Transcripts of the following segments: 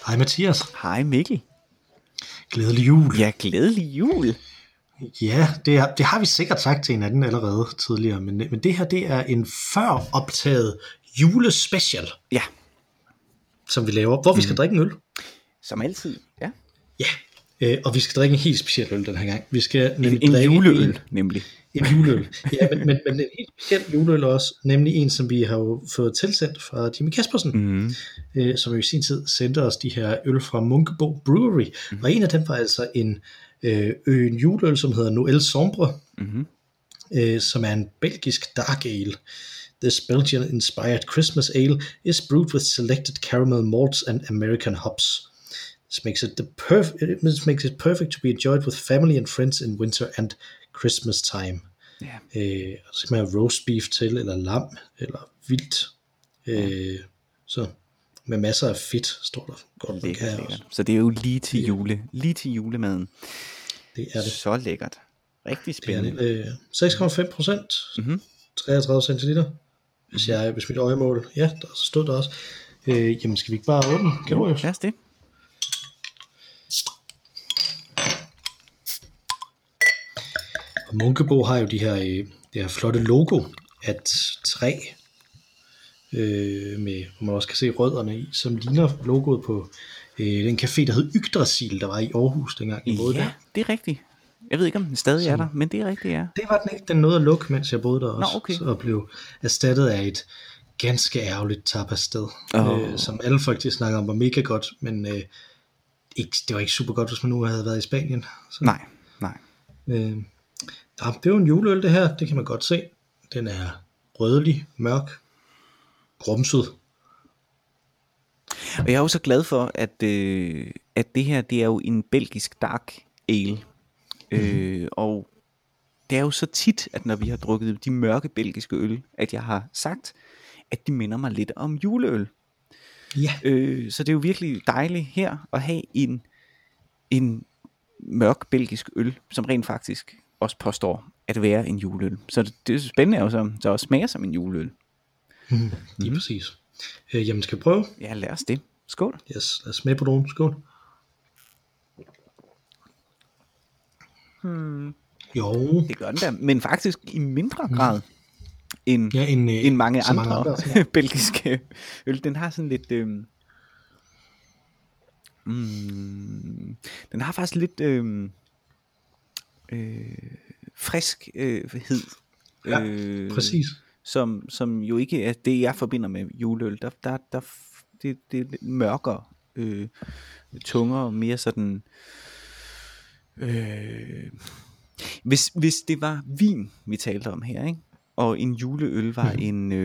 Hej Mathias. Hej Mikkel. Glædelig jul. Ja, glædelig jul. Ja, det har vi sikkert sagt til hinanden allerede tidligere, men det her, det er en før optaget julespecial. Ja. Som vi laver, hvor vi skal drikke en øl. Som altid, ja. Ja, og vi skal drikke en helt speciel øl den her gang. Vi skal en juleøl, nemlig. En juleøl. Ja, men en helt speciel juleøl også, nemlig en, som vi har jo fået tilsendt fra Jimmy Kaspersen, som jo i sin tid sendte os de her øl fra Munkebo Brewery, og en af dem var altså en juleøl, som hedder Noël Sombre, som er en belgisk dark ale. This Belgian-inspired Christmas ale is brewed with selected caramel malts and American hops. This makes it perfect to be enjoyed with family and friends in winter and Christmas time. Yeah. Så kan man have roast beef til, eller lam, eller vildt. Så med masser af fedt, står der godt. Lækkert. Så det er jo lige til julemaden. Det er det. Så lækkert. Rigtig spændende. 6,5%, 33 centiliter. Hvis mit øjemål, ja, der stod der også. Jamen skal vi ikke bare åbne? Jo, lad os det. Og Munkebo har jo det her flotte logo af et træ, med, hvor man også kan se rødderne i, som ligner logoet på den café, der hed Yggdrasil, der var i Aarhus dengang. Ja, det er rigtigt. Jeg ved ikke, om den stadig er der, men det er rigtigt, ja. Det var den ikke. Den nåede at lukke, mens jeg boede der også. Nå, okay. Og blev erstattet af et ganske ærgerligt tapasted, som alle folk snakker om var mega godt, men det var ikke super godt, hvis man nu havde været i Spanien. Så. Nej. Det er jo en juleøl, det her. Det kan man godt se. Den er rødlig, mørk, grumset. Og jeg er jo så glad for, at det her, det er jo en belgisk dark ale. Og det er jo så tit, at når vi har drukket de mørke belgiske øl, at jeg har sagt, at de minder mig lidt om juleøl. Ja. Så det er jo virkelig dejligt her at have en mørk belgisk øl, som rent faktisk også påstår at være en juleøl. Så det er spændende jo, som der også smager som en juleøl. Lige præcis. Jamen skal vi prøve? Ja, lad os det. Skål. Yes, lad os smage på nogen. Skål. Jo. Det gør den da, men faktisk i mindre grad end mange andre belgiske øl. Den har sådan lidt den har faktisk lidt friskhed. Ja, præcis. Som jo ikke er det, jeg forbinder med juleøl. Det er lidt mørkere, tungere, mere sådan. Hvis det var vin, vi talte om her, ikke? Og en juleøl var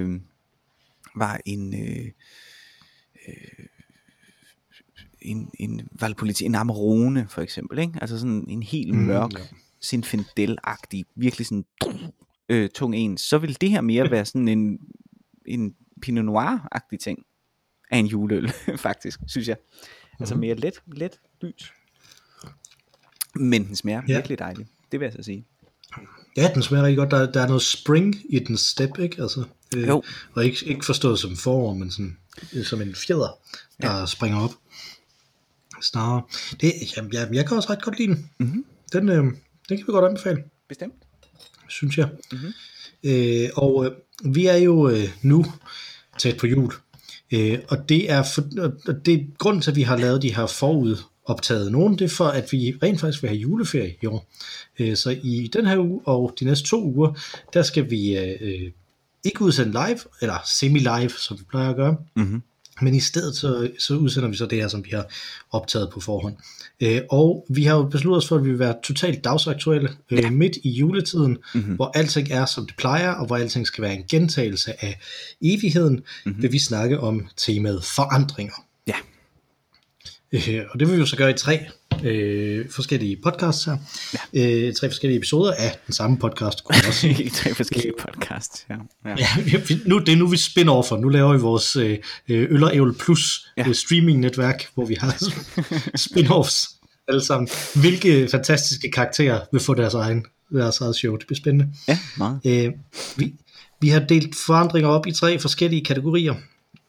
en Valpoliti, en Amarone for eksempel, ikke? Altså sådan en helt mørk, Zinfandel-agtig, virkelig sådan tung en, så vil det her mere være sådan en Pinot Noir-agtig ting af en juleøl, faktisk, synes jeg. Altså mere let lys. Men den smager virkelig dejligt. Det vil jeg så sige. Ja, den smager rigtig godt. Der er noget spring i den step, ikke? Altså, og ikke forstået som forår, men sådan, som en fjeder, der springer op. Snarere. Jeg kan også ret godt lide den. Den kan vi godt anbefale. Bestemt. Synes jeg. Og vi er jo nu tæt på jul. Og det er grunden til, at vi har lavet de her forudoptaget nogen, det er for, at vi rent faktisk vil have juleferie i år. Så i den her uge og de næste 2 uger, der skal vi ikke udsende live, eller semi-live, som vi plejer at gøre. Men i stedet så udsender vi så det her, som vi har optaget på forhånd. Og vi har jo besluttet os for, at vi vil være totalt dagsaktuelle midt i juletiden, hvor alting er, som det plejer, og hvor alting skal være en gentagelse af evigheden, vil vi snakke om temaet forandringer. Ja. Og det vil vi jo så gøre i 3 forskellige podcasts her. 3 forskellige episoder af den samme podcast. I 3 forskellige podcasts, Det er nu vi spin-offer. Nu laver vi vores Øl og Ævl Plus streaming-netværk, hvor vi har spin-offs alle sammen. Hvilke fantastiske karakterer vil få deres eget show. Det bliver spændende. Ja, meget. Vi har delt forandringer op i 3 forskellige kategorier.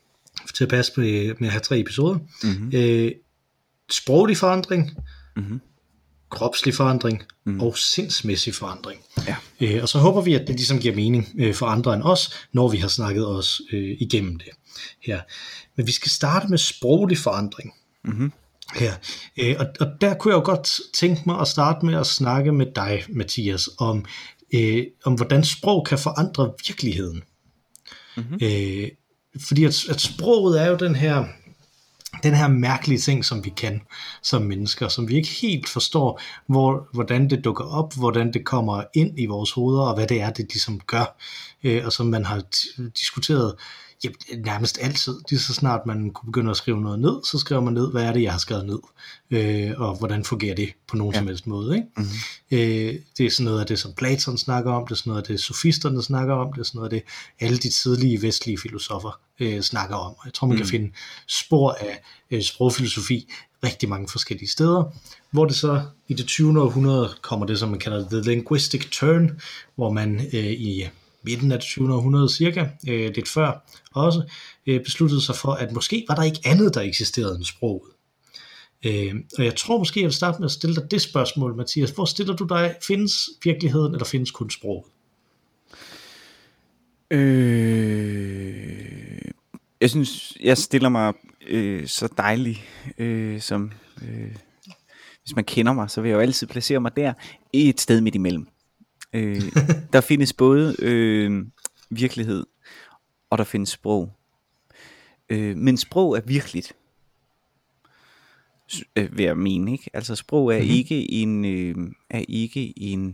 tilpas med at have 3 episoder. Sproglig forandring, kropslig forandring og sindsmæssig forandring. Ja. Og så håber vi, at det ligesom giver mening for andre end os, når vi har snakket os igennem det her. Men vi skal starte med sproglig forandring. Her. Og der kunne jeg jo godt tænke mig at starte med at snakke med dig, Mathias, om hvordan sprog kan forandre virkeligheden. Fordi at sproget er jo den her mærkelige ting, som vi kan som mennesker, som vi ikke helt forstår, hvordan det dukker op, hvordan det kommer ind i vores hoveder, og hvad det er, det ligesom gør, og som man har diskuteret nærmest altid. Lige så snart man kunne begynde at skrive noget ned, så skriver man ned, hvad er det, jeg har skrevet ned, og hvordan fungerer det på nogen som helst måde. Ikke? Det er sådan noget af det, som Platon snakker om, det er sådan noget af det, sofisterne snakker om, det er sådan noget af det, alle de tidlige vestlige filosofer snakker om. Og jeg tror, man kan finde spor af sprogfilosofi rigtig mange forskellige steder, hvor det så i det 20. århundrede kommer det, som man kalder the linguistic turn, hvor man i midten af det 20. århundrede cirka, lidt før også, besluttede sig for, at måske var der ikke andet, der eksisterede end sproget. Og jeg tror måske, jeg vil starte med at stille dig det spørgsmål, Mathias. Hvor stiller du dig? Findes virkeligheden, eller findes kun sproget? Jeg synes, jeg stiller mig så dejligt, som hvis man kender mig, så vil jeg jo altid placere mig der, et sted midt imellem. Der findes både virkelighed, og der findes sprog. Men sprog er virkeligt, vil jeg mene, ikke? Altså sprog er ikke en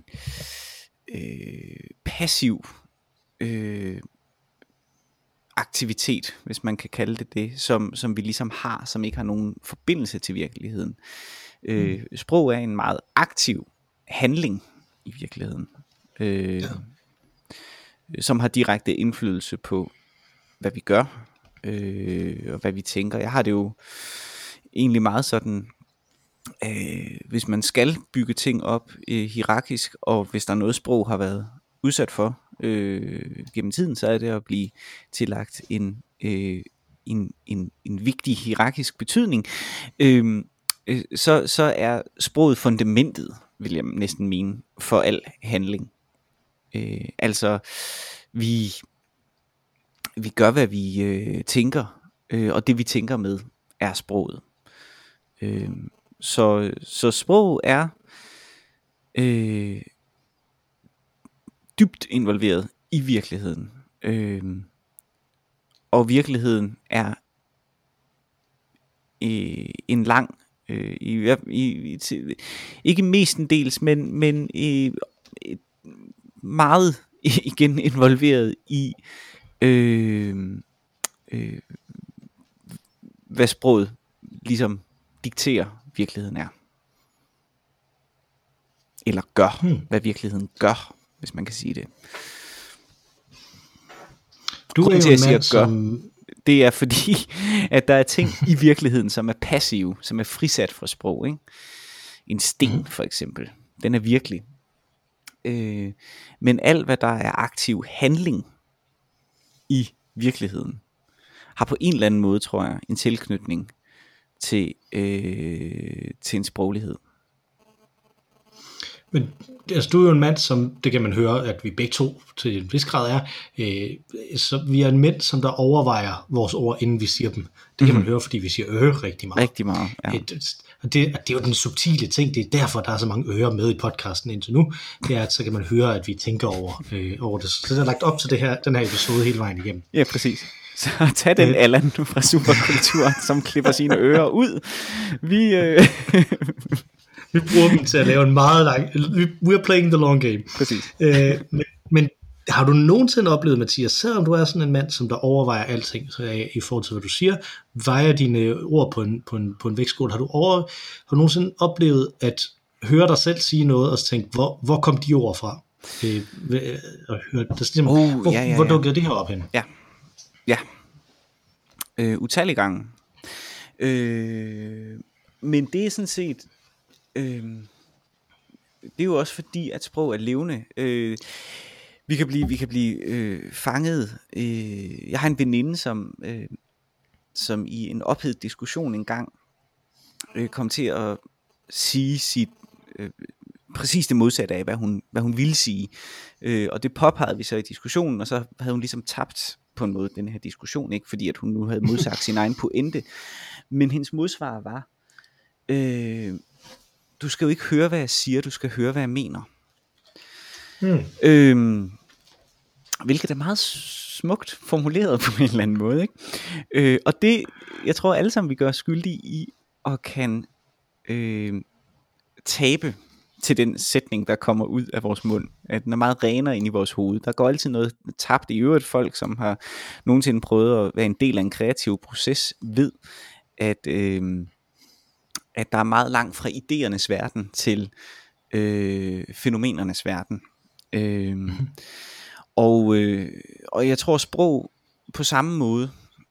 passiv aktivitet, hvis man kan kalde det, som vi ligesom har, som ikke har nogen forbindelse til virkeligheden. Sprog er en meget aktiv handling i virkeligheden, som har direkte indflydelse på, hvad vi gør, og hvad vi tænker. Jeg har det jo egentlig meget sådan, hvis man skal bygge ting op hierarkisk, og hvis der er noget sprog har været udsat for gennem tiden, så er det at blive tillagt en vigtig hierarkisk betydning, så er sproget fundamentet, vil jeg næsten mene, for al handling. Altså vi gør, hvad vi tænker, og det vi tænker med er sproget. Så sprog er dybt involveret i virkeligheden, og virkeligheden er en lang ikke mestendels, men meget igen involveret i hvad sproget ligesom dikterer virkeligheden er, eller gør, hvad virkeligheden gør, hvis man kan sige det. Grunden til at jeg siger gør, det er fordi, at der er ting i virkeligheden, som er passive, som er frisat fra sprog, ikke? En sten for eksempel, den er virkelig. Men alt hvad der er aktiv handling i virkeligheden, har på en eller anden måde, tror jeg, en tilknytning til en sproglighed. Men altså, du er jo en mand, som, det kan man høre, at vi begge to til en vis grad er, så vi er en mænd, som der overvejer vores ord, inden vi siger dem. Det kan man høre, fordi vi siger rigtig meget. Rigtig meget, ja. Det er jo den subtile ting, det er derfor, der er så mange ører med i podcasten indtil nu, det er, at så kan man høre, at vi tænker over det. Så det er lagt op til den her episode hele vejen igennem. Ja, præcis. Så tag den Allan fra Superkultur, som klipper sine ører ud. Vi bruger dem til at lave en meget lang... We're playing the long game. Præcis. Men har du nogensinde oplevet, Mathias, selvom du er sådan en mand, som der overvejer alting i forhold til, hvad du siger, vejer dine ord på en vægtskål, har du nogensinde oplevet at høre dig selv sige noget, og så tænke, hvor kom de ord fra? Hvor dukkede det her op hen? Ja. Utallige gange. Men det er sådan set... det er jo også fordi, at sprog er levende. Vi kan blive fanget. Jeg har en veninde, som som i en ophedet diskussion engang kom til at sige sit præcis det modsatte af, hvad hun ville sige. Og det påpegede vi så i diskussionen, og så havde hun ligesom tabt på en måde den her diskussion, ikke fordi at hun nu havde modsagt sin egen pointe. Men hendes modsvar var, du skal jo ikke høre, hvad jeg siger, du skal høre, hvad jeg mener. Hvilket er meget smukt formuleret på en eller anden måde, ikke? Og det, jeg tror alle sammen vi gør skyldige i at kan tabe til den sætning, der kommer ud af vores mund, at den er meget renere ind i vores hoved. Der går altid noget tabt. I øvrigt folk, som har nogensinde prøvet at være en del af en kreativ proces, ved, at der er meget langt fra idéernes verden til fænomenernes verden. Og jeg tror, sprog på samme måde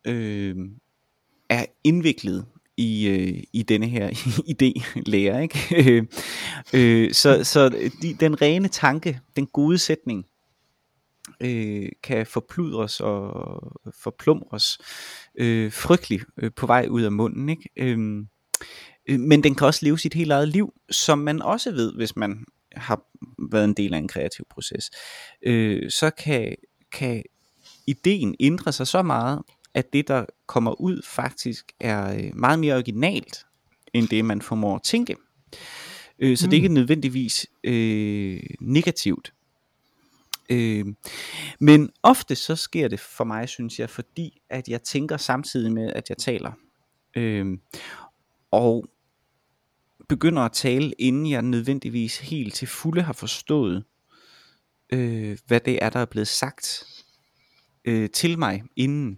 er indviklet i denne her idélære, ikke? Så den rene tanke, den gode sætning, kan forpludres og forplumres frygteligt på vej ud af munden, ikke? Men den kan også leve sit helt eget liv, som man også ved, hvis man har været en del af en kreativ proces. Så kan ideen ændre sig så meget, at det der kommer ud faktisk er meget mere originalt end det man formår at tænke. Så det er ikke nødvendigvis negativt. Men ofte så sker det for mig, synes jeg, fordi at jeg tænker samtidig med at jeg taler, og begynder at tale, inden jeg nødvendigvis helt til fulde har forstået hvad det er der er blevet sagt til mig inden.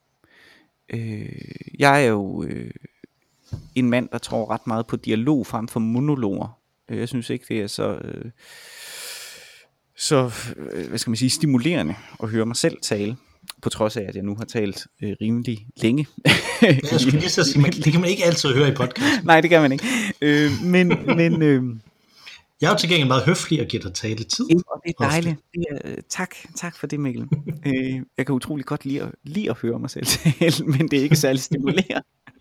Jeg er jo en mand, der tror ret meget på dialog frem for monologer. Jeg synes ikke det er så hvad skal man sige, stimulerende at høre mig selv tale, på trods af at jeg nu har talt rimelig længe. Jeg skulle lige så sige, det kan man ikke altid høre i podcast. Nej, det kan man ikke. Jeg er jo til gengæld meget høflig og giver dig tale tid. Det er dejligt. Tak for det, Mikkel. Jeg kan utrolig godt lide at høre mig selv tale, men det er ikke særlig stimulerende.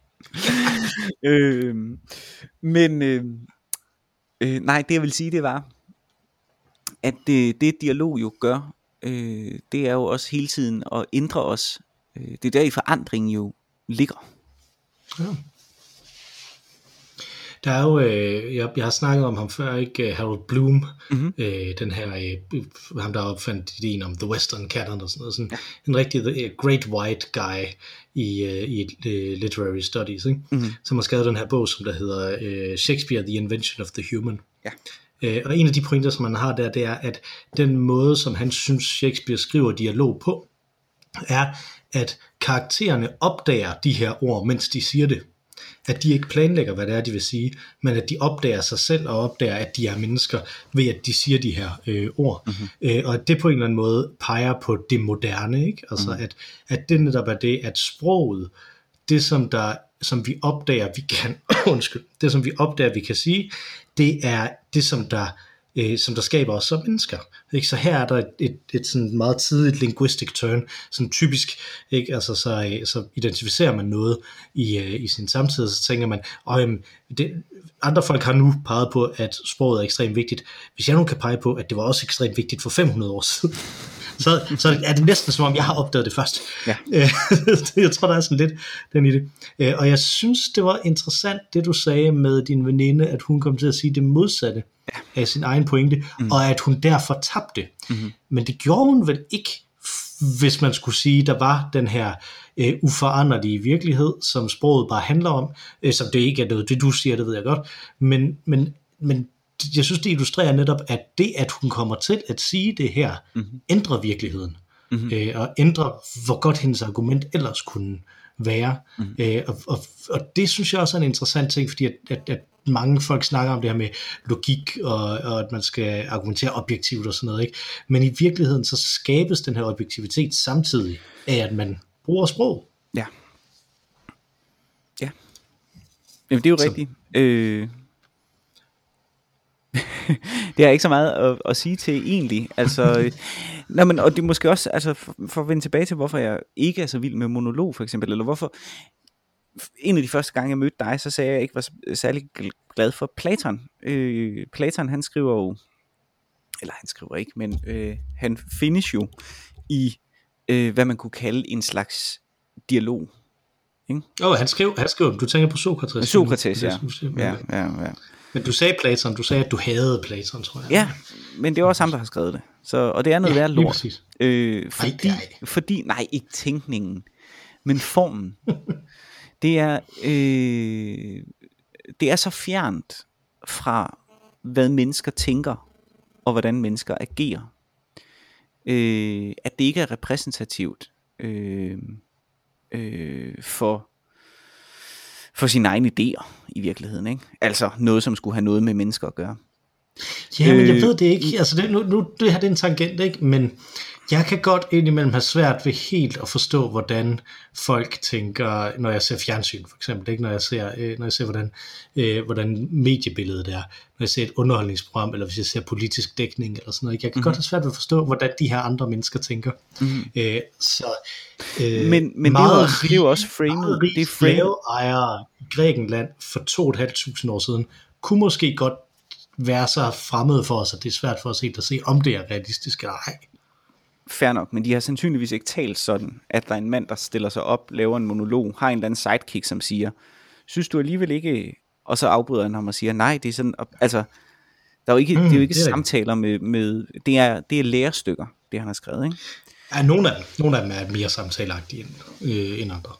Nej, det jeg vil sige, det var, at det dialog jo gør, det er jo også hele tiden at ændre os. Det er der i forandringen jo ligger. Ja. Der er jo, jeg har snakket om ham før, ikke? Harold Bloom, den her, ham der opfandt ideen om The Western Canon og sådan noget, sådan en rigtig great white guy i literary studies, ikke? Som har skrevet den her bog, som der hedder Shakespeare, The Invention of the Human. Ja. Og en af de pointer, som man har der, det er, at den måde, som han synes Shakespeare skriver dialog på, er, at karaktererne opdager de her ord, mens de siger det. At de ikke planlægger, hvad det er, de vil sige, men at de opdager sig selv og opdager, at de er mennesker, ved at de siger de her ord. Og at det på en eller anden måde peger på det moderne, ikke? Altså at det netop er det, at sproget, det som vi opdager, vi kan, det som vi opdager, vi kan sige, det er det, som der skaber os som mennesker. Ikke? Så her er der et sådan meget tidligt linguistic turn, sådan typisk, ikke? Altså så identificerer man noget i sin samtid, så tænker man, andre folk har nu peget på, at sproget er ekstremt vigtigt. Hvis jeg nu kan pege på, at det var også ekstremt vigtigt for 500 år siden, så er det næsten som om, jeg har opdaget det først. Ja. Jeg tror, der er sådan lidt den i det. Og jeg synes, det var interessant, det du sagde med din veninde, at hun kom til at sige det modsatte af sin egen pointe, og at hun derfor tabte. Men det gjorde hun vel ikke, hvis man skulle sige, der var den her uforanderlige virkelighed, som sproget bare handler om, som det ikke er noget, det du siger, det ved jeg godt, men jeg synes, det illustrerer netop, at det, at hun kommer til at sige det her, ændrer virkeligheden, og ændrer, hvor godt hendes argument ellers kunne være. Og det synes jeg også er en interessant ting, fordi at mange folk snakker om det her med logik, og at man skal argumentere objektivt og sådan noget, ikke? Men i virkeligheden, så skabes den her objektivitet samtidig af, at man bruger sprog. Ja. Ja. Jamen, det er jo rigtigt. Det er ikke så meget at sige til egentlig. Altså, og det er måske også, altså for at vende tilbage til, hvorfor jeg ikke er så vild med monolog for eksempel, eller hvorfor en af de første gange, jeg mødte dig, så sagde jeg, at jeg ikke var særlig glad for Platon. Platon, han skriver jo, eller han skriver ikke, men han findes jo i, hvad man kunne kalde en slags dialog. Han skrev, du tænker på Sokrates. Sokrates, ja. Men du sagde Platon, du sagde, at du havde Platon, tror jeg. Ja, men det er også ham, der har skrevet det. Og det er noget værd lort. Fordi, nej, ikke tænkningen, men formen. Det er så fjernt fra, hvad mennesker tænker, og hvordan mennesker agerer, at det ikke er repræsentativt for sine egne idéer i virkeligheden, ikke? Altså noget, som skulle have noget med mennesker at gøre. Ja, men jeg ved det ikke. Altså det her det er en tangent, ikke? Men jeg kan godt indimellem have svært ved helt at forstå, hvordan folk tænker, når jeg ser fjernsyn for eksempel, ikke? Når jeg ser hvordan mediebilledet er, når jeg ser et underholdningsprogram, eller hvis jeg ser politisk dækning eller sådan noget. Jeg kan godt have svært ved at forstå, hvordan de her andre mennesker tænker. Men det er jo også framet. Det er slaveejere i Grækenland for 2.500 år siden kunne måske godt være så fremmede for os, at det er svært for os helt at se, om det er realistisk eller ej. Fair nok, men de har sandsynligvis ikke talt sådan, at der er en mand, der stiller sig op, laver en monolog, har en eller anden sidekick, som siger, synes du alligevel ikke, og så afbryder han ham og siger, nej, det er sådan, altså, der er jo ikke, det er jo ikke samtaler med det er lærestykker, det han har skrevet, ikke? Ja, nogle af dem er mere samtaleagtige end andre.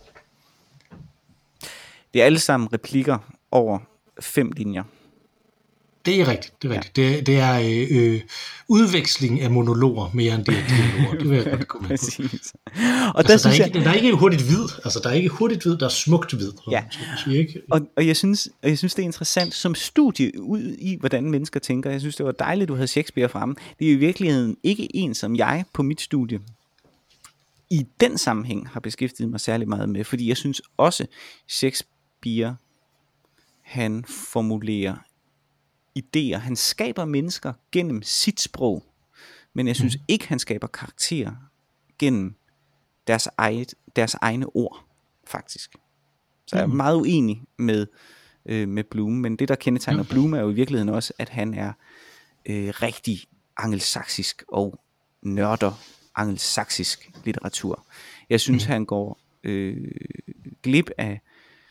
Det er alle sammen replikker over 5 linjer. Det er rigtigt. Det er udveksling af monologer mere end det er dialoger. Det vil jeg godt komme med på. Og altså, der er ikke hurtigt hvid. Altså, der er ikke hurtigt hvid, der er smukt hvid. Ja. Og jeg synes, det er interessant som studie ud i, hvordan mennesker tænker. Jeg synes, det var dejligt, du havde Shakespeare fremme. Det er i virkeligheden ikke en, som jeg på mit studie i den sammenhæng har beskæftiget mig særlig meget med. Fordi jeg synes også, Shakespeare, han formulerer idéer. Han skaber mennesker gennem sit sprog, men jeg synes ikke, han skaber karakterer gennem deres egne ord, faktisk. Så jeg er meget uenig med Bloom, men det, der kendetegner Bloom, er jo i virkeligheden også, at han er rigtig angelsaksisk og nørder angelsaksisk litteratur. Jeg synes, han går glip af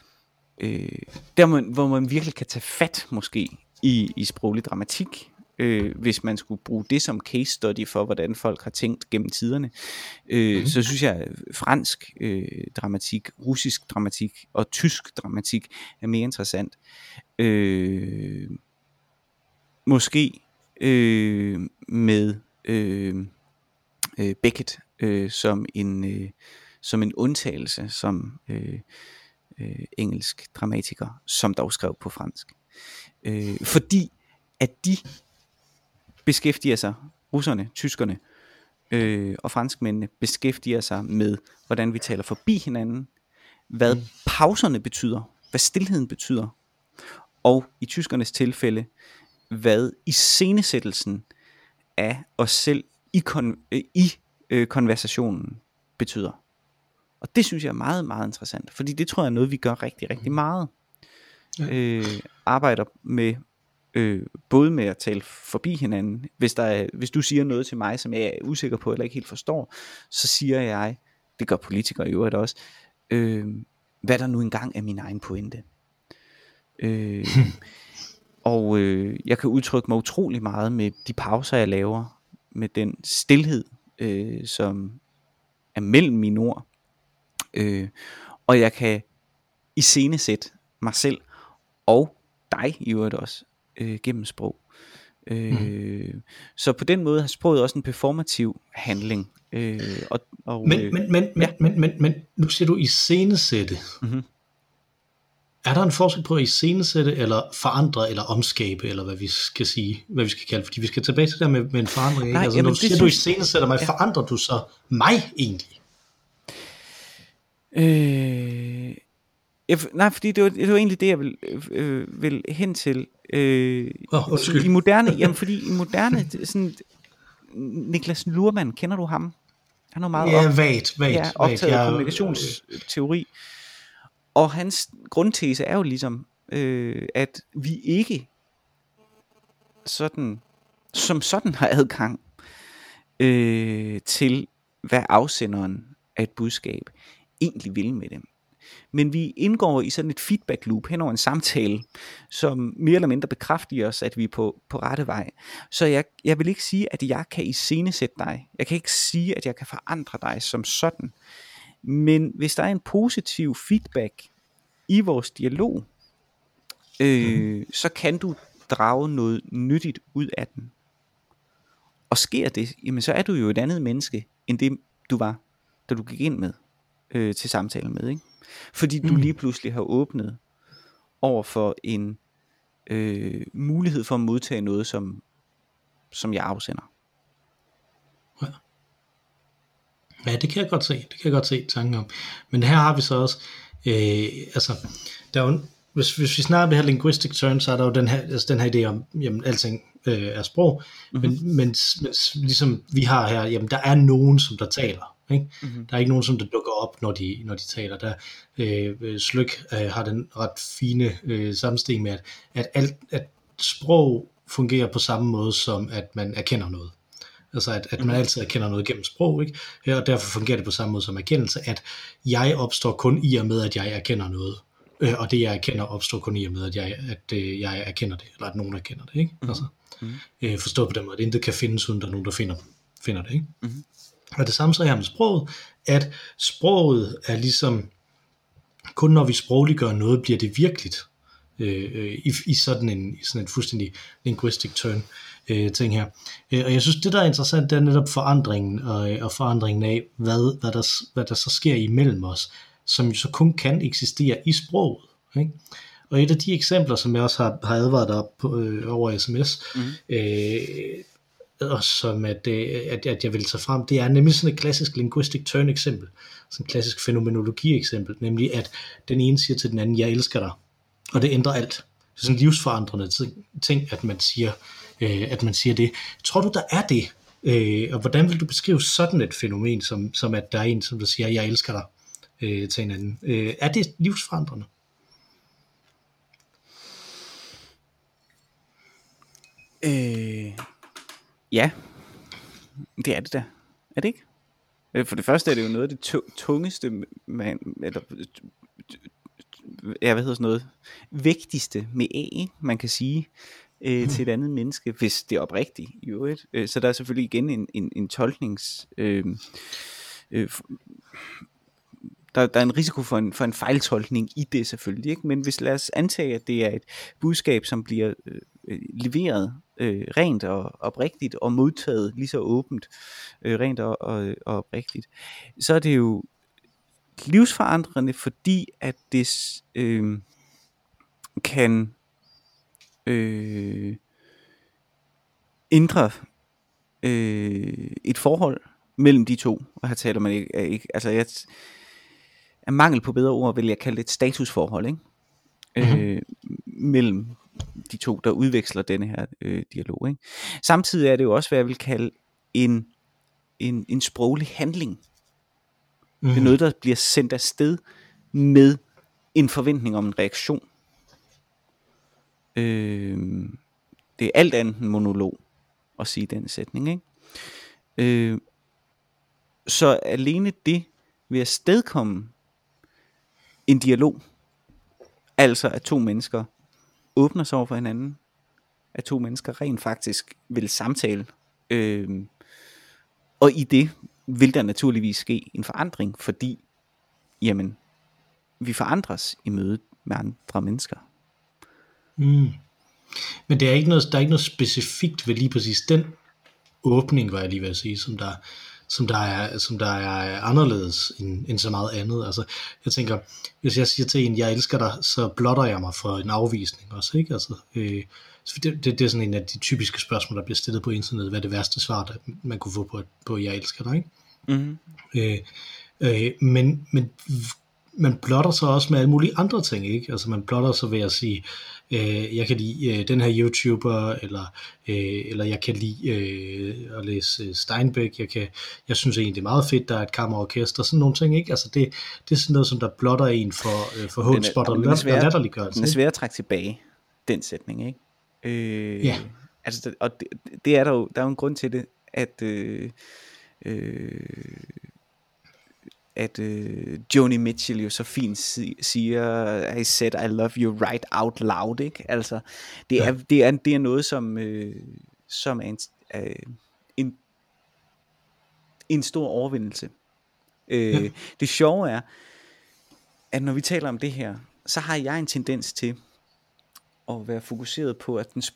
der, hvor man virkelig kan tage fat, måske, i sproglig dramatik, hvis man skulle bruge det som case study for, hvordan folk har tænkt gennem tiderne, så synes jeg, at fransk dramatik, russisk dramatik og tysk dramatik er mere interessant. Måske med Beckett som en undtagelse, som engelsk dramatiker, som dog skrev på fransk. Fordi at de beskæftiger sig, russerne, tyskerne og franskmændene beskæftiger sig med, hvordan vi taler forbi hinanden, hvad pauserne betyder, hvad stilheden betyder, og i tyskernes tilfælde, hvad iscenesættelsen af os selv i konversationen betyder. Og det synes jeg er meget, meget interessant, fordi det tror jeg er noget, vi gør rigtig, rigtig meget. Arbejder med både med at tale forbi hinanden. Hvis du siger noget til mig, som jeg er usikker på eller ikke helt forstår, så siger jeg, det gør politikere i øvrigt også, hvad der nu engang er min egen pointe. Og jeg kan udtrykke mig utrolig meget med de pauser, jeg laver, med den stilhed, som er mellem mine ord. Og jeg kan iscenesætte mig selv og dig i øvrigt også gennem sprog. Så på den måde har sproget også en performativ handling. Men nu siger du iscenesætte. Er der en forskel på at iscenesætte eller forandre eller omskabe, eller hvad vi skal sige, hvad vi skal kalde, fordi vi skal tilbage til det med en forandring. Nej, altså, når du siger, du iscenesætter mig, forandrer du så mig egentlig? Nej, fordi det var egentlig det, jeg vil hen til. I moderne, jamen fordi i moderne, sådan, Niklas Luhmann, kender du ham? Han er meget vagt, optaget af kommunikationsteori. Og hans grundtese er jo ligesom, at vi ikke som sådan har adgang til, hvad afsenderen af et budskab egentlig vil med dem. Men vi indgår i sådan et feedback loop hen over en samtale, som mere eller mindre bekræfter os, at vi er på rette vej. Så jeg vil ikke sige, at jeg kan iscenesætte dig. Jeg kan ikke sige, at jeg kan forandre dig som sådan. Men hvis der er en positiv feedback i vores dialog, så kan du drage noget nyttigt ud af den. Og sker det, jamen så er du jo et andet menneske, end det du var, da du gik ind med til samtalen med, ikke? Fordi du lige pludselig har åbnet over for en mulighed for at modtage noget, som jeg afsender. Ja, det kan jeg godt se. Det kan jeg godt se tanken om. Men her har vi så også, der er jo, hvis vi snakker om det her linguistic turn, så er der jo den her idé om, jamen alting er sprog, men ligesom vi har her, jamen der er nogen, som der taler. Ikke? Der er ikke nogen, som der dukker op, når de taler. Der Sløk har den ret fine sammenstilling med, at sprog fungerer på samme måde, som at man erkender noget. Altså at man altid erkender noget gennem sprog, ikke? Og derfor fungerer det på samme måde som erkendelse, at jeg opstår kun i og med, at jeg erkender noget. Og det jeg erkender opstår kun i og med, at jeg erkender det, eller at nogen erkender det, ikke? Altså, forstået på den måde, at intet kan findes, uden der er nogen, der finder det, ikke? Og det samme så her med sproget, at sproget er ligesom, kun når vi sprogliggør noget, bliver det virkeligt, i sådan en fuldstændig linguistic turn ting her. Og jeg synes, det der er interessant, det er netop forandringen, og forandringen af, hvad der så sker imellem os, som jo så kun kan eksistere i sproget. Ikke? Og et af de eksempler, som jeg også har advaret dig på, over sms, og som at jeg vil tage frem, det er nemlig sådan et klassisk linguistic turn eksempel, sådan et klassisk fænomenologi eksempel, nemlig at den ene siger til den anden, jeg elsker dig, og det ændrer alt. Det er sådan en livsforandrende ting, at man siger det. Tror du, der er det? Og hvordan vil du beskrive sådan et fænomen, som at der er en, som der siger, jeg elsker dig til en anden? Er det livsforandrende? Ja, det er det da. Er det ikke? For det første er det jo noget af det tungeste, vigtigste med man kan sige til et andet menneske, hvis det er oprigtigt i øvrigt. Så der er selvfølgelig igen en tolknings... Der er en risiko for en fejltolkning i det selvfølgelig, ikke? Men hvis lad os antage, at det er et budskab, som bliver leveret rent og oprigtigt og modtaget lige så åbent, rent og oprigtigt, så er det jo livsforandrende, fordi at det kan ændre et forhold mellem de to. Og her taler man ikke altså af mangel på bedre ord vil jeg kalde det et statusforhold, ikke? Mellem de to, der udveksler denne her dialog, ikke? Samtidig er det jo også, hvad jeg vil kalde en sproglig handling. Det er noget, der bliver sendt afsted med en forventning om en reaktion. Det er alt andet end monolog at sige den sætning, ikke? Så alene det vil afstedkomme en dialog, altså at to mennesker åbner sig over for hinanden, at to mennesker rent faktisk vil samtale, og i det vil der naturligvis ske en forandring, fordi jamen, vi forandres i mødet med andre mennesker. Men der er ikke noget specifikt ved lige præcis den åbning, var jeg lige ved at sige, som der er anderledes end så meget andet. Altså, jeg tænker, hvis jeg siger til en, jeg elsker dig, så blotter jeg mig for en afvisning også, ikke? Altså, det er sådan en af de typiske spørgsmål, der bliver stillet på internettet. Hvad er det værste svar, der man kunne få på jeg elsker dig, ikke? Men man blotter sig også med alle mulige andre ting, ikke? Altså man blotter sig ved at sige, jeg kan lide den her YouTuber, eller jeg kan lide at læse Steinbeck, jeg synes egentlig, det er meget fedt, der er et kammerorkester, sådan nogle ting, ikke? Altså det er sådan noget, som der blotter en for håndspot og latterliggørelse. Den er svær at trække tilbage, den sætning, ikke? Ja. Altså, og det er der er jo en grund til det, at Joni Mitchell jo så fint siger, I said I love you right out loud, ikke? Altså, det er noget, som er en stor overvindelse. Det sjove er, at når vi taler om det her, så har jeg en tendens til at være fokuseret på, at den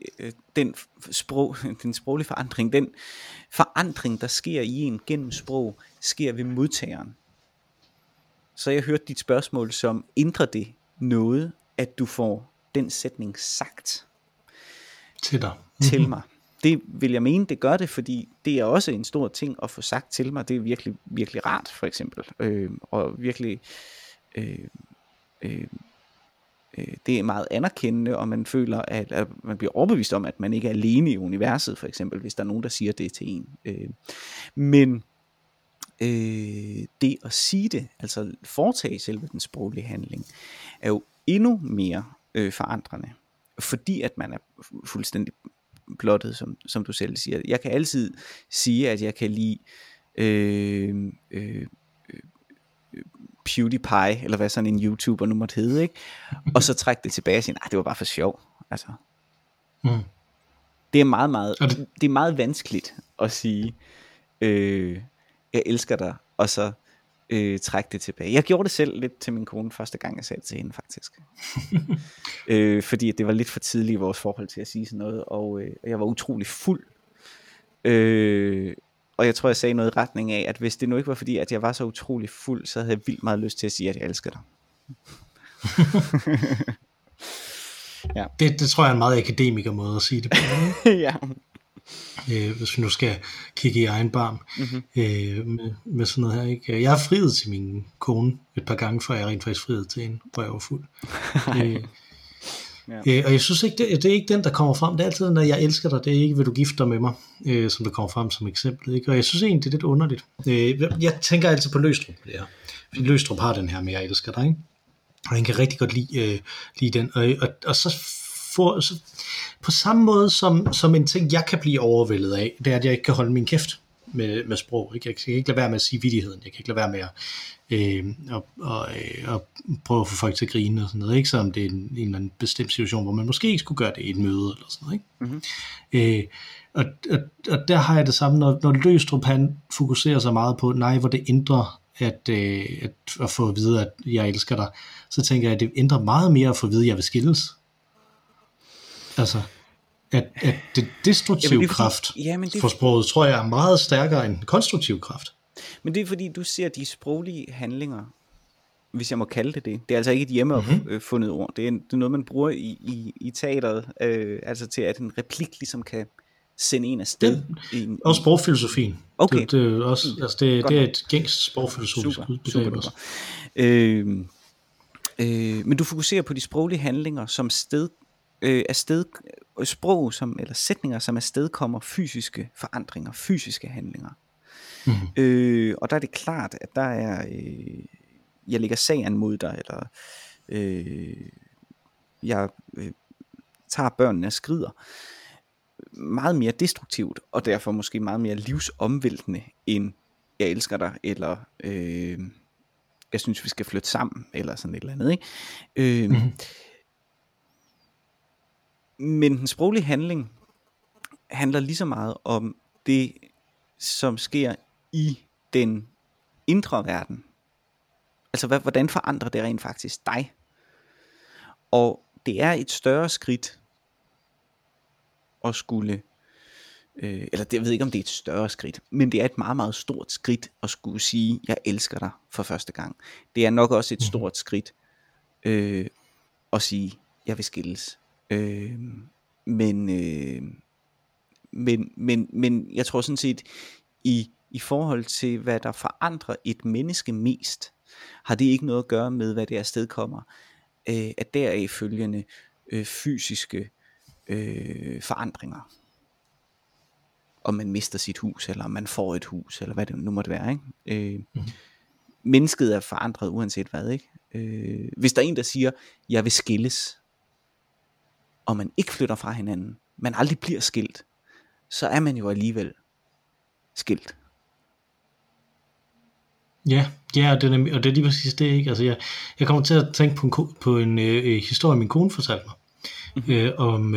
sproglige forandring, den forandring, der sker i en gennem sprog, sker ved modtageren. Så jeg hørte dit spørgsmål som, ændrer det noget, at du får den sætning sagt til dig? Til mig. Det vil jeg mene, det gør det, fordi det er også en stor ting at få sagt til mig. Det er virkelig, virkelig rart, for eksempel. Og virkelig... det er meget anerkendende, og man føler, at man bliver overbevist om, at man ikke er alene i universet, for eksempel, hvis der er nogen, der siger det til en. Men det at sige det, altså foretage selve den sproglige handling, er jo endnu mere forandrende, fordi at man er fuldstændig blottet, som du selv siger. Jeg kan altid sige, at jeg kan lide PewDiePie, eller hvad sådan en YouTuber nu måtte hedde, ikke? Og så trække det tilbage og sige, nej, det var bare for sjov. Altså. Det er meget vanskeligt at sige, jeg elsker dig, og så trække det tilbage. Jeg gjorde det selv lidt til min kone første gang, jeg sagde det til hende, faktisk. Fordi det var lidt for tidligt i vores forhold til at sige sådan noget, og jeg var utrolig fuld. Og jeg tror, jeg sagde noget i retning af, at hvis det nu ikke var fordi, at jeg var så utrolig fuld, så havde jeg vildt meget lyst til at sige, at jeg elsker dig. Ja. Det tror jeg er en meget akademiker måde at sige det på. Ja. Hvis vi nu skal kigge i egen barm med sådan noget her, ikke? Jeg har friet til min kone et par gange, før jeg rent faktisk friet til hende, hvor jeg var fuld. Ja. Og jeg synes ikke, det er ikke den, der kommer frem. Det er altid den der, jeg elsker dig, det er ikke, vil du gifte dig med mig, som der kommer frem som eksempel, ikke? Og jeg synes egentlig, det er lidt underligt. Jeg tænker altid på Løgstrup på det her. Fordi Løgstrup har den her med, jeg elsker dig, ikke? Og han kan rigtig godt lide den. Og så på samme måde som en ting, jeg kan blive overvældet af, det er, at jeg ikke kan holde min kæft med sprog. Ikke? Jeg kan ikke lade være med at sige vittigheden. Jeg kan ikke lade være med at prøve at få folk til at grine og sådan noget, ikke? Selvom det er en eller anden bestemt situation, hvor man måske ikke skulle gøre det i et møde eller sådan noget, ikke? Og der har jeg det samme, når Løgstrup han fokuserer sig meget på, nej, hvor det ændrer at få at vide, at jeg elsker dig, så tænker jeg, at det ændrer meget mere at få at vide, at jeg vil skilles. Altså, at det destruktive kraft for sproget, tror jeg er meget stærkere end konstruktiv kraft. Men det er fordi, du ser de sproglige handlinger, hvis jeg må kalde det det. Det er altså ikke et hjemmeopfundet ord. Det er noget, man bruger i teateret, altså til, at en replik ligesom kan sende en afsted. Og sprogfilosofien. Okay. Det er også, altså det er et gængs sprogfilosofisk begreb også. Men du fokuserer på de sproglige handlinger som sprog eller sætninger, som afstedkommer fysiske forandringer, fysiske handlinger. Og der er det klart, at der er jeg lægger sagen mod dig, eller jeg tager børnene og skrider, meget mere destruktivt, og derfor måske meget mere livsomvæltende end jeg elsker dig, eller jeg synes vi skal flytte sammen, eller sådan et eller andet, ikke? Men den sproglige handling handler lige så meget om det, som sker i den indre verden. Altså hvordan forandrer det rent faktisk dig? Og det er et større skridt at skulle, eller jeg ved ikke om det er et større skridt, men det er et meget, meget stort skridt at skulle sige, jeg elsker dig for første gang. Det er nok også et stort skridt at sige, jeg vil skilles. Men jeg tror sådan set i forhold til hvad der forandrer et menneske mest, har det ikke noget at gøre med, hvad det afstedkommer af deraf følgende fysiske forandringer. Om man mister sit hus, eller om man får et hus, eller hvad det nu måtte være, ikke? Mennesket er forandret uanset hvad, ikke? Hvis der er en, der siger, jeg vil skilles, og man ikke flytter fra hinanden, man aldrig bliver skilt, så er man jo alligevel skilt. Ja, og det er lige præcis det, ikke? Altså jeg kommer til at tænke på en historie, min kone fortalte mig,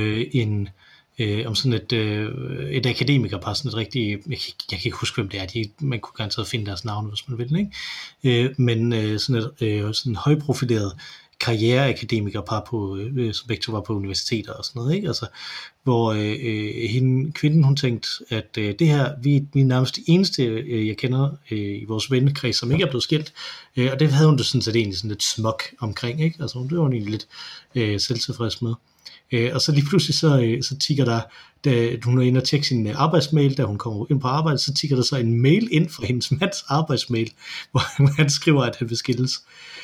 om sådan et akademikerpar, sådan et rigtigt, jeg kan ikke huske, hvem det er, man kunne garanteret finde deres navne, hvis man vil, ikke? Men sådan et højprofileret karriereakademikerpar som begge to var på universiteter og sådan noget, ikke? Altså, hvor kvinden, hun tænkte, at det her, vi er nærmest de eneste, jeg kender i vores vennekreds, som ikke er blevet skilt, og det havde hun det sådan set egentlig sådan lidt smuk omkring, ikke? Altså, det var hun egentlig lidt selvtilfreds med. Og så lige pludselig så tikker der, da hun er inde og tjekke sin arbejdsmail, da hun kommer ind på arbejde, så tikker der så en mail ind fra hendes mands arbejdsmail, hvor han skriver, at han vil skilles.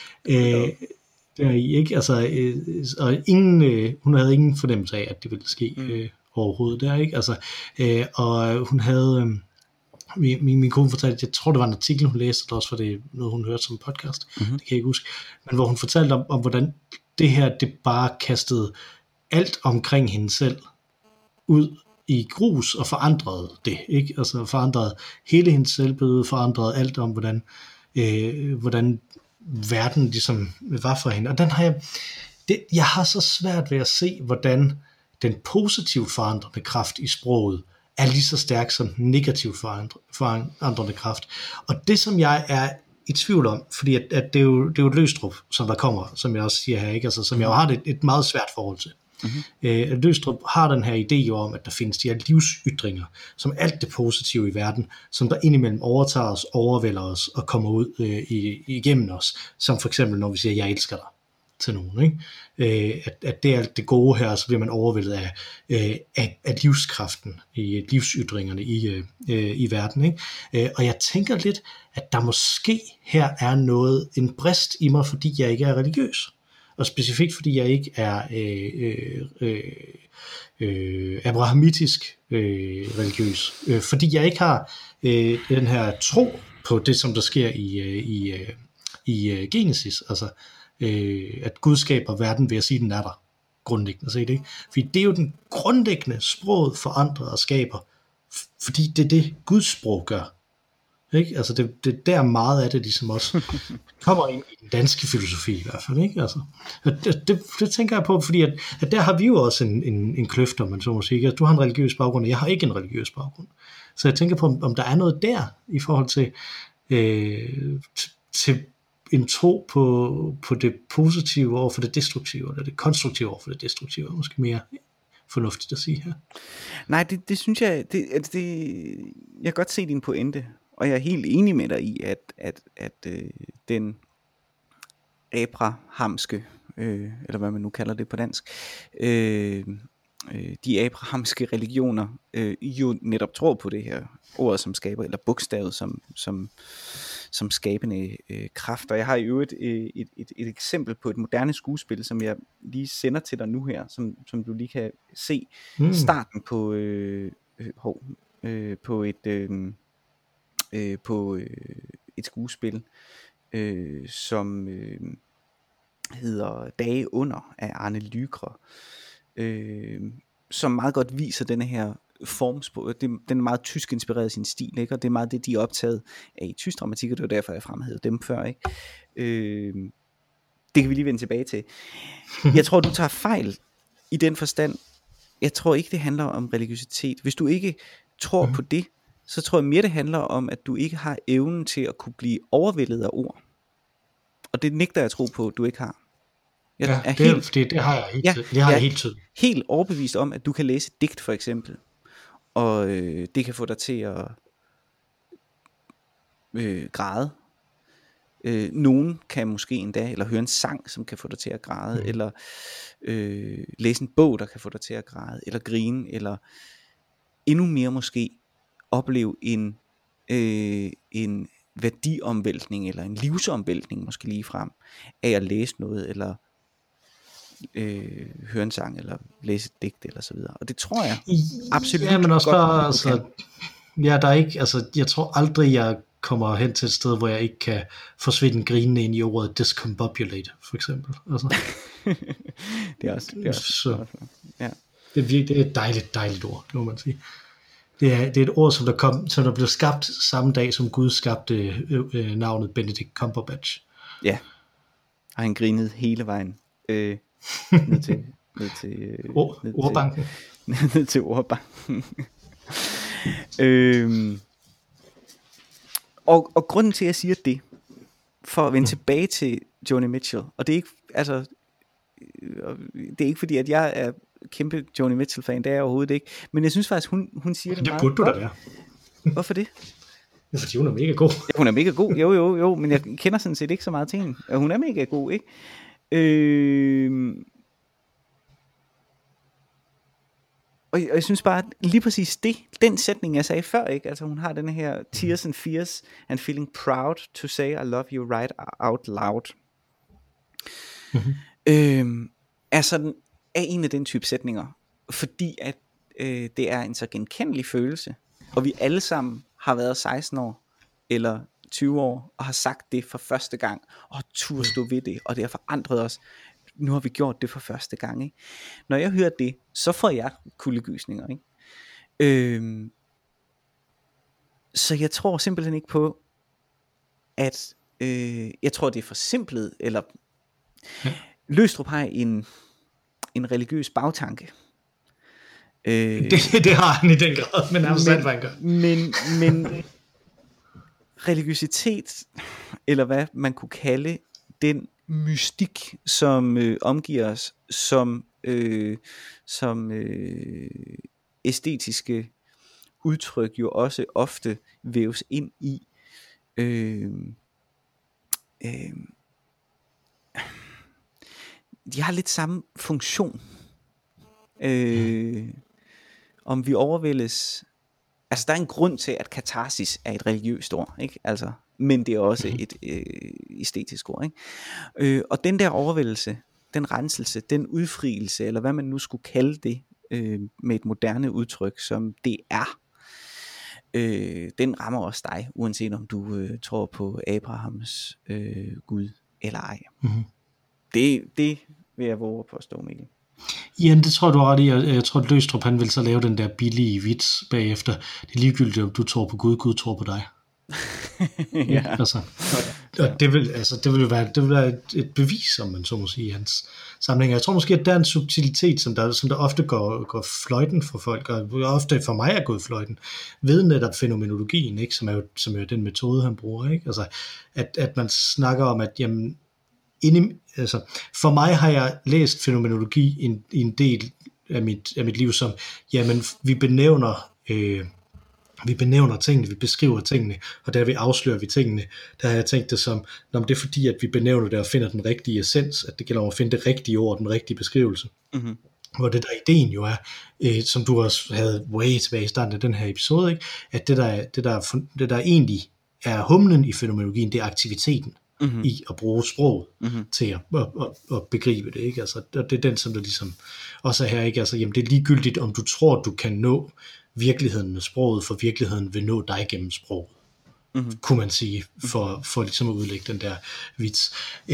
Deri, ikke? Altså, og hun havde ingen fornemmelse af, at det ville ske overhovedet der, ikke? Altså, og hun havde min kone fortalte, jeg tror det var en artikel hun læste, og også var det noget hun hørte som podcast, det kan jeg ikke huske, men hvor hun fortalte om hvordan det her, det bare kastede alt omkring hende selv ud i grus og forandrede det, ikke? Altså forandrede hele hendes selvbillede, forandrede alt om hvordan verden ligesom var for hende. Og jeg har så svært ved at se, hvordan den positivt forandrende kraft i sproget er lige så stærk som den negativt forandrende kraft. Og det, som jeg er i tvivl om, fordi at det er jo et Løgstrup, som der kommer, som jeg også siger her, ikke? Altså, som jeg jo har et meget svært forhold til. Løgstrup har den her idé jo om, at der findes de her livsytringer, som alt det positive i verden, som der indimellem overtager os, overvælder os og kommer ud igennem os, som for eksempel når vi siger, jeg elsker dig til nogen, ikke? At det er alt det gode her, så bliver man overvældet af livskraften i livsytringerne i verden, ikke? Og jeg tænker lidt, at der måske her er en brist i mig, fordi jeg ikke er religiøs. Og specifikt fordi jeg ikke er abrahamitisk religiøs, fordi jeg ikke har den her tro på det, som der sker i Genesis, altså at Gud skaber verden ved at sige, den er der, grundlæggende set, ikke? Fordi det er jo den grundlæggende, sproget forandrer og skaber, fordi det er det Guds sprog gør. Ikke? Altså det der meget af det ligesom også kommer ind i den danske filosofi i hvert fald, ikke? Altså, det tænker jeg på, fordi at der har vi jo også en kløft, om man så må sige. Du har en religiøs baggrund, og jeg har ikke en religiøs baggrund. Så jeg tænker på, om der er noget der i forhold til en tro på det positive over for det destruktive, eller det konstruktive over for det destruktive, er måske mere fornuftigt at sige her. Nej, det synes jeg, jeg kan godt se din pointe. Og jeg er helt enig med dig i, at den abrahamske, eller hvad man nu kalder det på dansk, de abrahamske religioner jo netop tror på det her ord, som skaber, eller bogstavet som skabende kraft. Og jeg har i øvrigt et eksempel på et moderne skuespil, som jeg lige sender til dig nu her, som du lige kan se starten på et skuespil, som hedder Dage under af Arne Lygre, som meget godt viser denne her formsprog. Den er meget tysk inspireret i sin stil, ikke? Og det er meget det, de er optaget af i tysk dramatik, og det var derfor, jeg fremhævede dem før, ikke? Det kan vi lige vende tilbage til. Jeg tror, du tager fejl i den forstand. Jeg tror ikke, det handler om religiøsitet. Hvis du ikke tror på det, så tror jeg mere, det handler om, at du ikke har evnen til at kunne blive overvældet af ord. Og det nægter jeg at tro på, at du ikke har. Det har jeg helt, jeg helt tydeligt. Helt overbevist om, at du kan læse et digt, for eksempel. Og det kan få dig til at græde. Nogen kan måske endda, eller høre en sang, som kan få dig til at græde, eller læse en bog, der kan få dig til at græde, eller grine, eller endnu mere måske opleve en værdiomvæltning, eller en livsomvæltning måske lige frem, af at læse noget, eller høre en sang, eller læse et digt, eller så videre. Og det tror jeg absolut ja, men også godt, bare, altså, ja, der er ikke, altså, jeg tror aldrig, jeg kommer hen til et sted, hvor jeg ikke kan forsvinde grinende ind i ordet discombobulate, for eksempel. Altså. det er også så, ja. Det er et dejligt ord, må man sige. Det er et ord, som der blev skabt samme dag, som Gud skabte navnet Benedict Cumberbatch. Ja, og han grinede hele vejen ned til ordbanken. Ned til ordbanken. Og grunden til, at jeg siger det, for at vende tilbage til Joni Mitchell, og det er ikke, altså, det er ikke fordi, at jeg er kæmpe Joni Mitchell-fan, det er jeg overhovedet ikke, men jeg synes faktisk, hun siger det meget godt. Det burde du da være. Hvorfor det? Ja, fordi hun er mega god. Ja, hun er mega god, jo, men jeg kender sådan set ikke så meget til hende. Hun er mega god, ikke? Og jeg synes bare, at lige præcis den sætning, jeg sagde før, ikke? Altså hun har den her tears and fears, and feeling proud to say I love you right out loud. Er en af den type sætninger, fordi at det er en så genkendelig følelse, og vi alle sammen har været 16 år, eller 20 år, og har sagt det for første gang, og har turde stå ved det, og det har forandret os. Nu har vi gjort det for første gang, ikke? Når jeg hører det, så får jeg kuldegysninger, ikke? Så jeg tror simpelthen ikke på, at jeg tror det er forsimplet, eller Løgstrup har en religiøs bagtanke. Det har han i den grad, men men religiøsitet, eller hvad man kunne kalde den mystik, som omgiver os, som æstetiske udtryk jo også ofte væves ind i de har lidt samme funktion. Om vi overvældes, altså der er en grund til, at katarsis er et religiøst ord, ikke? Altså, men det er også et æstetisk ord, ikke? Og den der overvældelse, den renselse, den udfrielse, eller hvad man nu skulle kalde det, med et moderne udtryk, som det er, den rammer også dig, uanset om du tror på Abrahams Gud eller ej. Det vil jeg våge på at stå med. Jamen det tror du ret i. Jeg tror at Løgstrup han vil så lave den der billige vits bagefter. Det er ligegyldigt om du tror på Gud, Gud tror på dig. Ja. Altså, og det vil være et bevis, om man så må sige, i hans samling. Jeg tror måske at der er en subtilitet, som der ofte går fløjten for folk, og ofte for mig er gået fløjten ved netop fænomenologien, ikke, som er jo den metode han bruger, ikke? Altså at man snakker om at jamen altså, for mig har jeg læst fænomenologi i en del af mit liv som, jamen vi benævner tingene, vi beskriver tingene, og der vi afslører vi tingene. Der har jeg tænkt det som, det er fordi at vi benævner det og finder den rigtige essens, at det gælder om at finde det rigtige ord, den rigtige beskrivelse. Hvor det der ideen jo er, som du også havde way tilbage i starten af den her episode, ikke? At det der egentlig er humlen i fænomenologien, det er aktiviteten i at bruge sproget til at begribe det, ikke? Altså, det er den, som der ligesom også er her, ikke? Altså, jamen, det er ligegyldigt, om du tror, du kan nå virkeligheden med sproget, for virkeligheden vil nå dig gennem sproget, kunne man sige, for ligesom at udlægge den der vits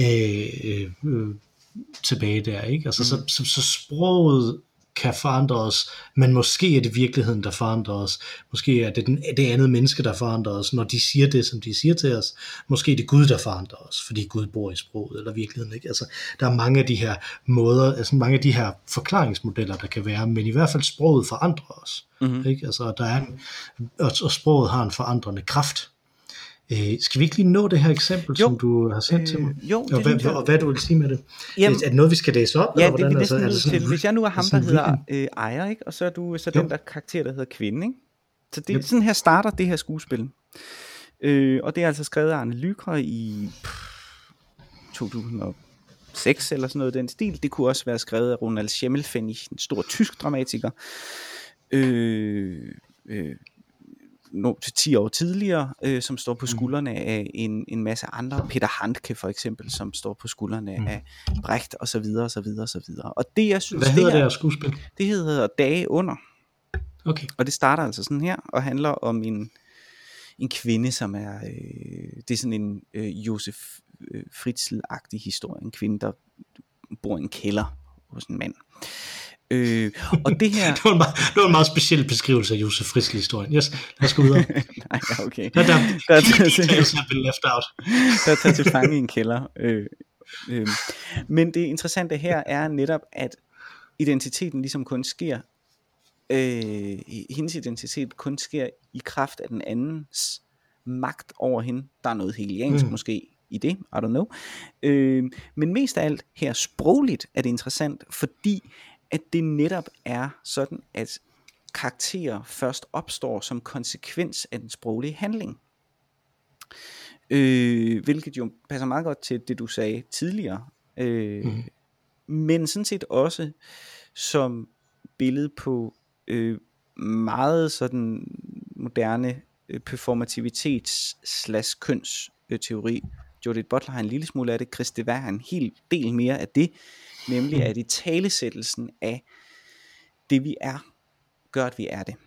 tilbage der, ikke? Altså, så sproget kan forandre os, men måske er det virkeligheden, der forandrer os. Måske er det det andet menneske, der forandrer os, når de siger det, som de siger til os. Måske er det Gud, der forandrer os, fordi Gud bor i sproget, eller virkeligheden, ikke? Altså, der er mange af de her måder, altså mange af de her forklaringsmodeller, der kan være, men i hvert fald sproget forandrer os, ikke? Altså, og sproget har en forandrende kraft. Skal vi ikke lige nå det her eksempel, som du har sendt til mig? Jo, og hvad du vil sige med det? Jamen, er det noget, vi skal læse op? Ja, eller det er vi næsten nødt til. Hvis jeg nu er ham, der hedder Ejer, ikke? Og så er du så den der karakter, der hedder Kvinde, ikke? Så det, sådan her starter det her skuespil. Og det er altså skrevet af Arne Lykre i 2006 eller sådan noget den stil. Det kunne også være skrevet af Ronald Schimmelpfennig, en stor tysk dramatiker. til 10 år tidligere, som står på skuldrene af en masse andre. Peter Handke for eksempel, som står på skuldrene af Brecht og så videre og så videre og så videre. Og det jeg synes, hvad hedder det her skuespil? Det hedder Dage under. Okay. Og det starter altså sådan her og handler om en kvinde, som er det er sådan en Josef Fritzl-agtig historie. En kvinde, der bor i en kælder hos en mand. Og det her det var en meget speciel beskrivelse af Josef Fritzl-historien. Yes, lad os gå videre. Nej, okay. Der er taget til fange i en kælder. Men det interessante her er netop, at identiteten ligesom kun sker, hendes identitet kun sker i kraft af den andens magt over hende. Der er noget hegeliansk måske i det, I don't know. Men mest af alt her sprogligt er det interessant, fordi at det netop er sådan, at karakterer først opstår som konsekvens af den sproglige handling. Hvilket jo passer meget godt til det, du sagde tidligere. Men sådan set også som billede på meget sådan moderne performativitets/kønsteori. Judith Butler har en lille smule af det, Chris de Var har en hel del mere af det, nemlig at i talesættelsen af det vi er, gør at vi er det.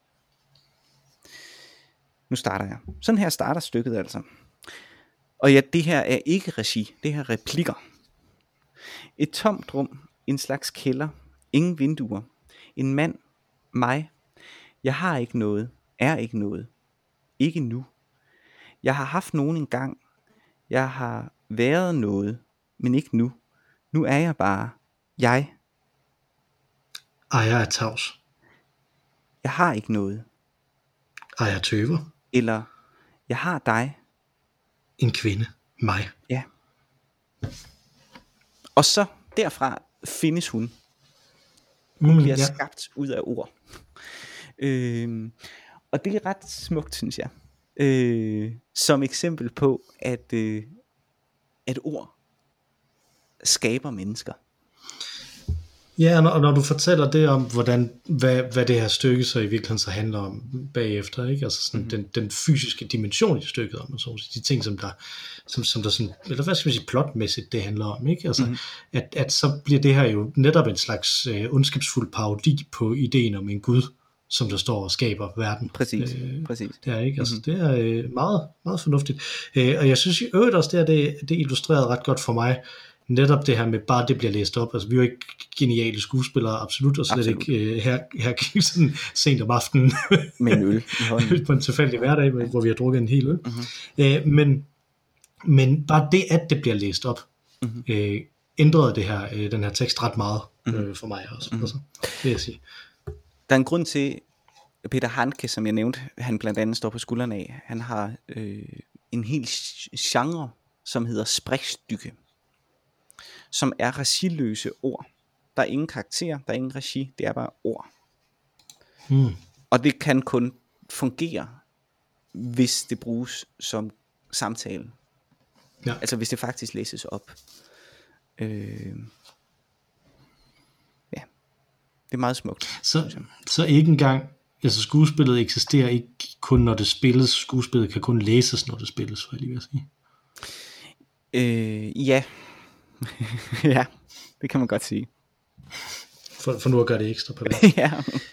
Nu starter jeg. Sådan her starter stykket altså. Og ja, det her er ikke regi, det her er replikker. Et tomt rum, en slags kælder, ingen vinduer, en mand, mig. Jeg har ikke noget, er ikke noget, ikke nu. Jeg har haft nogen engang, jeg har været noget, men ikke nu. Nu er jeg bare jeg. Jeg er tavs. Jeg har ikke noget. Jeg tøver. Eller jeg har dig. En kvinde. Mig. Ja. Og så derfra findes hun. Hun bliver skabt ud af ord. Og det er ret smukt, synes jeg. Som eksempel på, at ord skaber mennesker. Ja, og når du fortæller det om, hvad det her stykke så i virkeligheden så handler om bagefter, ikke? Altså sådan den fysiske dimension i stykket, om man så sige, de ting, som der sådan, eller hvad skal man sige, plotmæssigt det handler om, ikke? Altså, at så bliver det her jo netop en slags ondskabsfuld parodi på ideen om en Gud, som der står og skaber verden. Præcis. Det er ikke, altså det er meget, meget fornuftigt. Og jeg synes i øvrigt også, det illustrerede ret godt for mig, netop det her med bare det bliver læst op. Altså vi er jo ikke geniale skuespillere, absolut, og slet ikke her sådan sent om aftenen med en øl i hånden på en tilfældig hverdag, hvor vi har drukket en hel øl. Men bare det, at det bliver læst op, ændrede den her tekst ret meget for mig også. Altså, det jeg sige. Der er en grund til, Peter Handke, som jeg nævnte, han blandt andet står på skuldrene af, han har en hel genre, som hedder Sprechstücke, som er regiløse ord. Der er ingen karakter, der er ingen regi, det er bare ord. Og det kan kun fungere, hvis det bruges som samtale. Ja. Altså hvis det faktisk læses op. Ja, det er meget smukt. Så ikke engang, altså skuespillet eksisterer ikke kun når det spilles, skuespillet kan kun læses når det spilles, for jeg lige vil sige. Ja. Ja, det kan man godt sige. For nu at gøre det ekstra på det. Ja.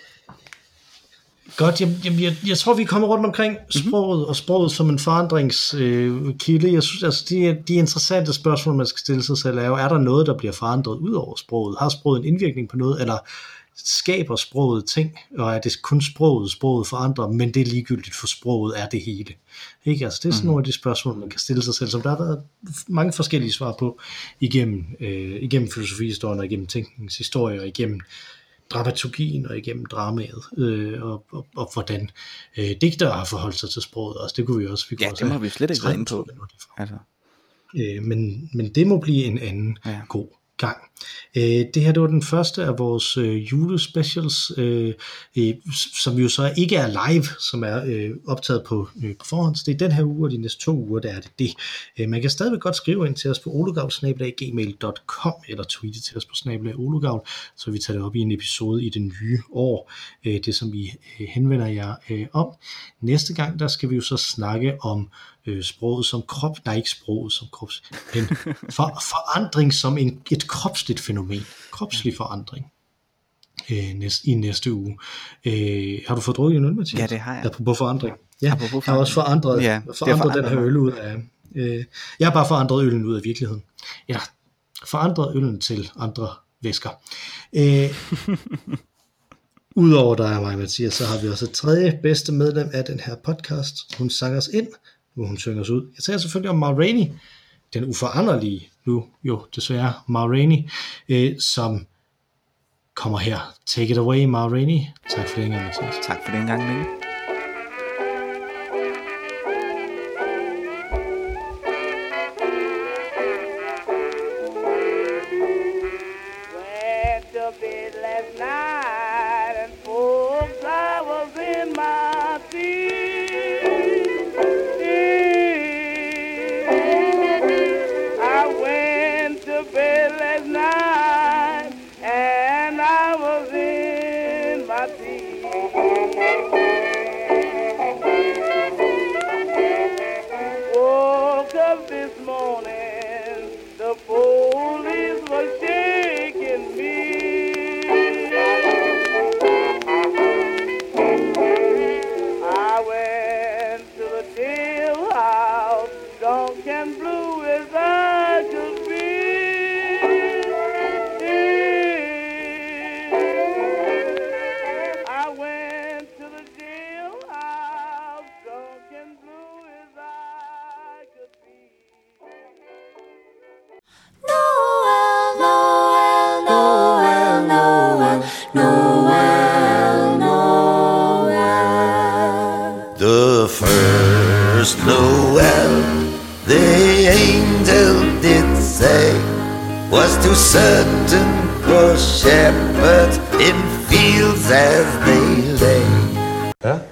Godt, jeg tror vi kommer rundt omkring sproget og sproget som en forandringskilde. Jeg synes altså de interessante spørgsmål man skal stille sig selv er der noget der bliver forandret ud over sproget? Har sproget en indvirkning på noget, eller skaber sproget ting, og er det kun sproget forandrer, men det er ligegyldigt, for sproget er det hele. Ikke? Altså, det er sådan nogle af de spørgsmål, man kan stille sig selv, som der har været mange forskellige svar på igennem filosofihistorien, og igennem tænkningshistorie, og igennem dramaturgien, og igennem dramaet, og hvordan digtere har forholdt sig til sproget. Altså, det kunne vi også. Det må vi slet ikke gå ind på. Altså. Men det må blive en anden god gang. Det her, det var den første af vores julespecials, som jo så ikke er live, som er optaget på forhånd. Så det er den her uge, og de næste 2 uger, der er det. Man kan stadigvæk godt skrive ind til os på olugavl@gmail.com eller tweete til os på @olugavl, så vi tager det op i en episode i det nye år, det som vi henvender jer om. Næste gang, der skal vi jo så snakke om sproget som ikke sproget som krops, men forandring som et kropsligt fænomen, kropslig forandring i næste uge. Har du fået drukket en øl, Mathias? Ja, det har jeg. Apropos forandring. Ja, Apropos jeg har også forandret den her øl ud af... jeg har bare forandret øllen ud af virkeligheden. Eller forandret øllen til andre væsker. Udover dig og mig, Mathias, så har vi også et tredje bedste medlem af den her podcast. Hun sang os ind, nu hun synger os ud. Jeg taler selvfølgelig om Ma Rainey, den uforanderlige, nu jo desværre Ma Rainey, som kommer her. Take it away, Ma Rainey. Tak for den gang, Mathias. Tak for den gang, Mikkel. The first Noel, the angel did say, was to certain poor shepherds in fields as they lay. Ja?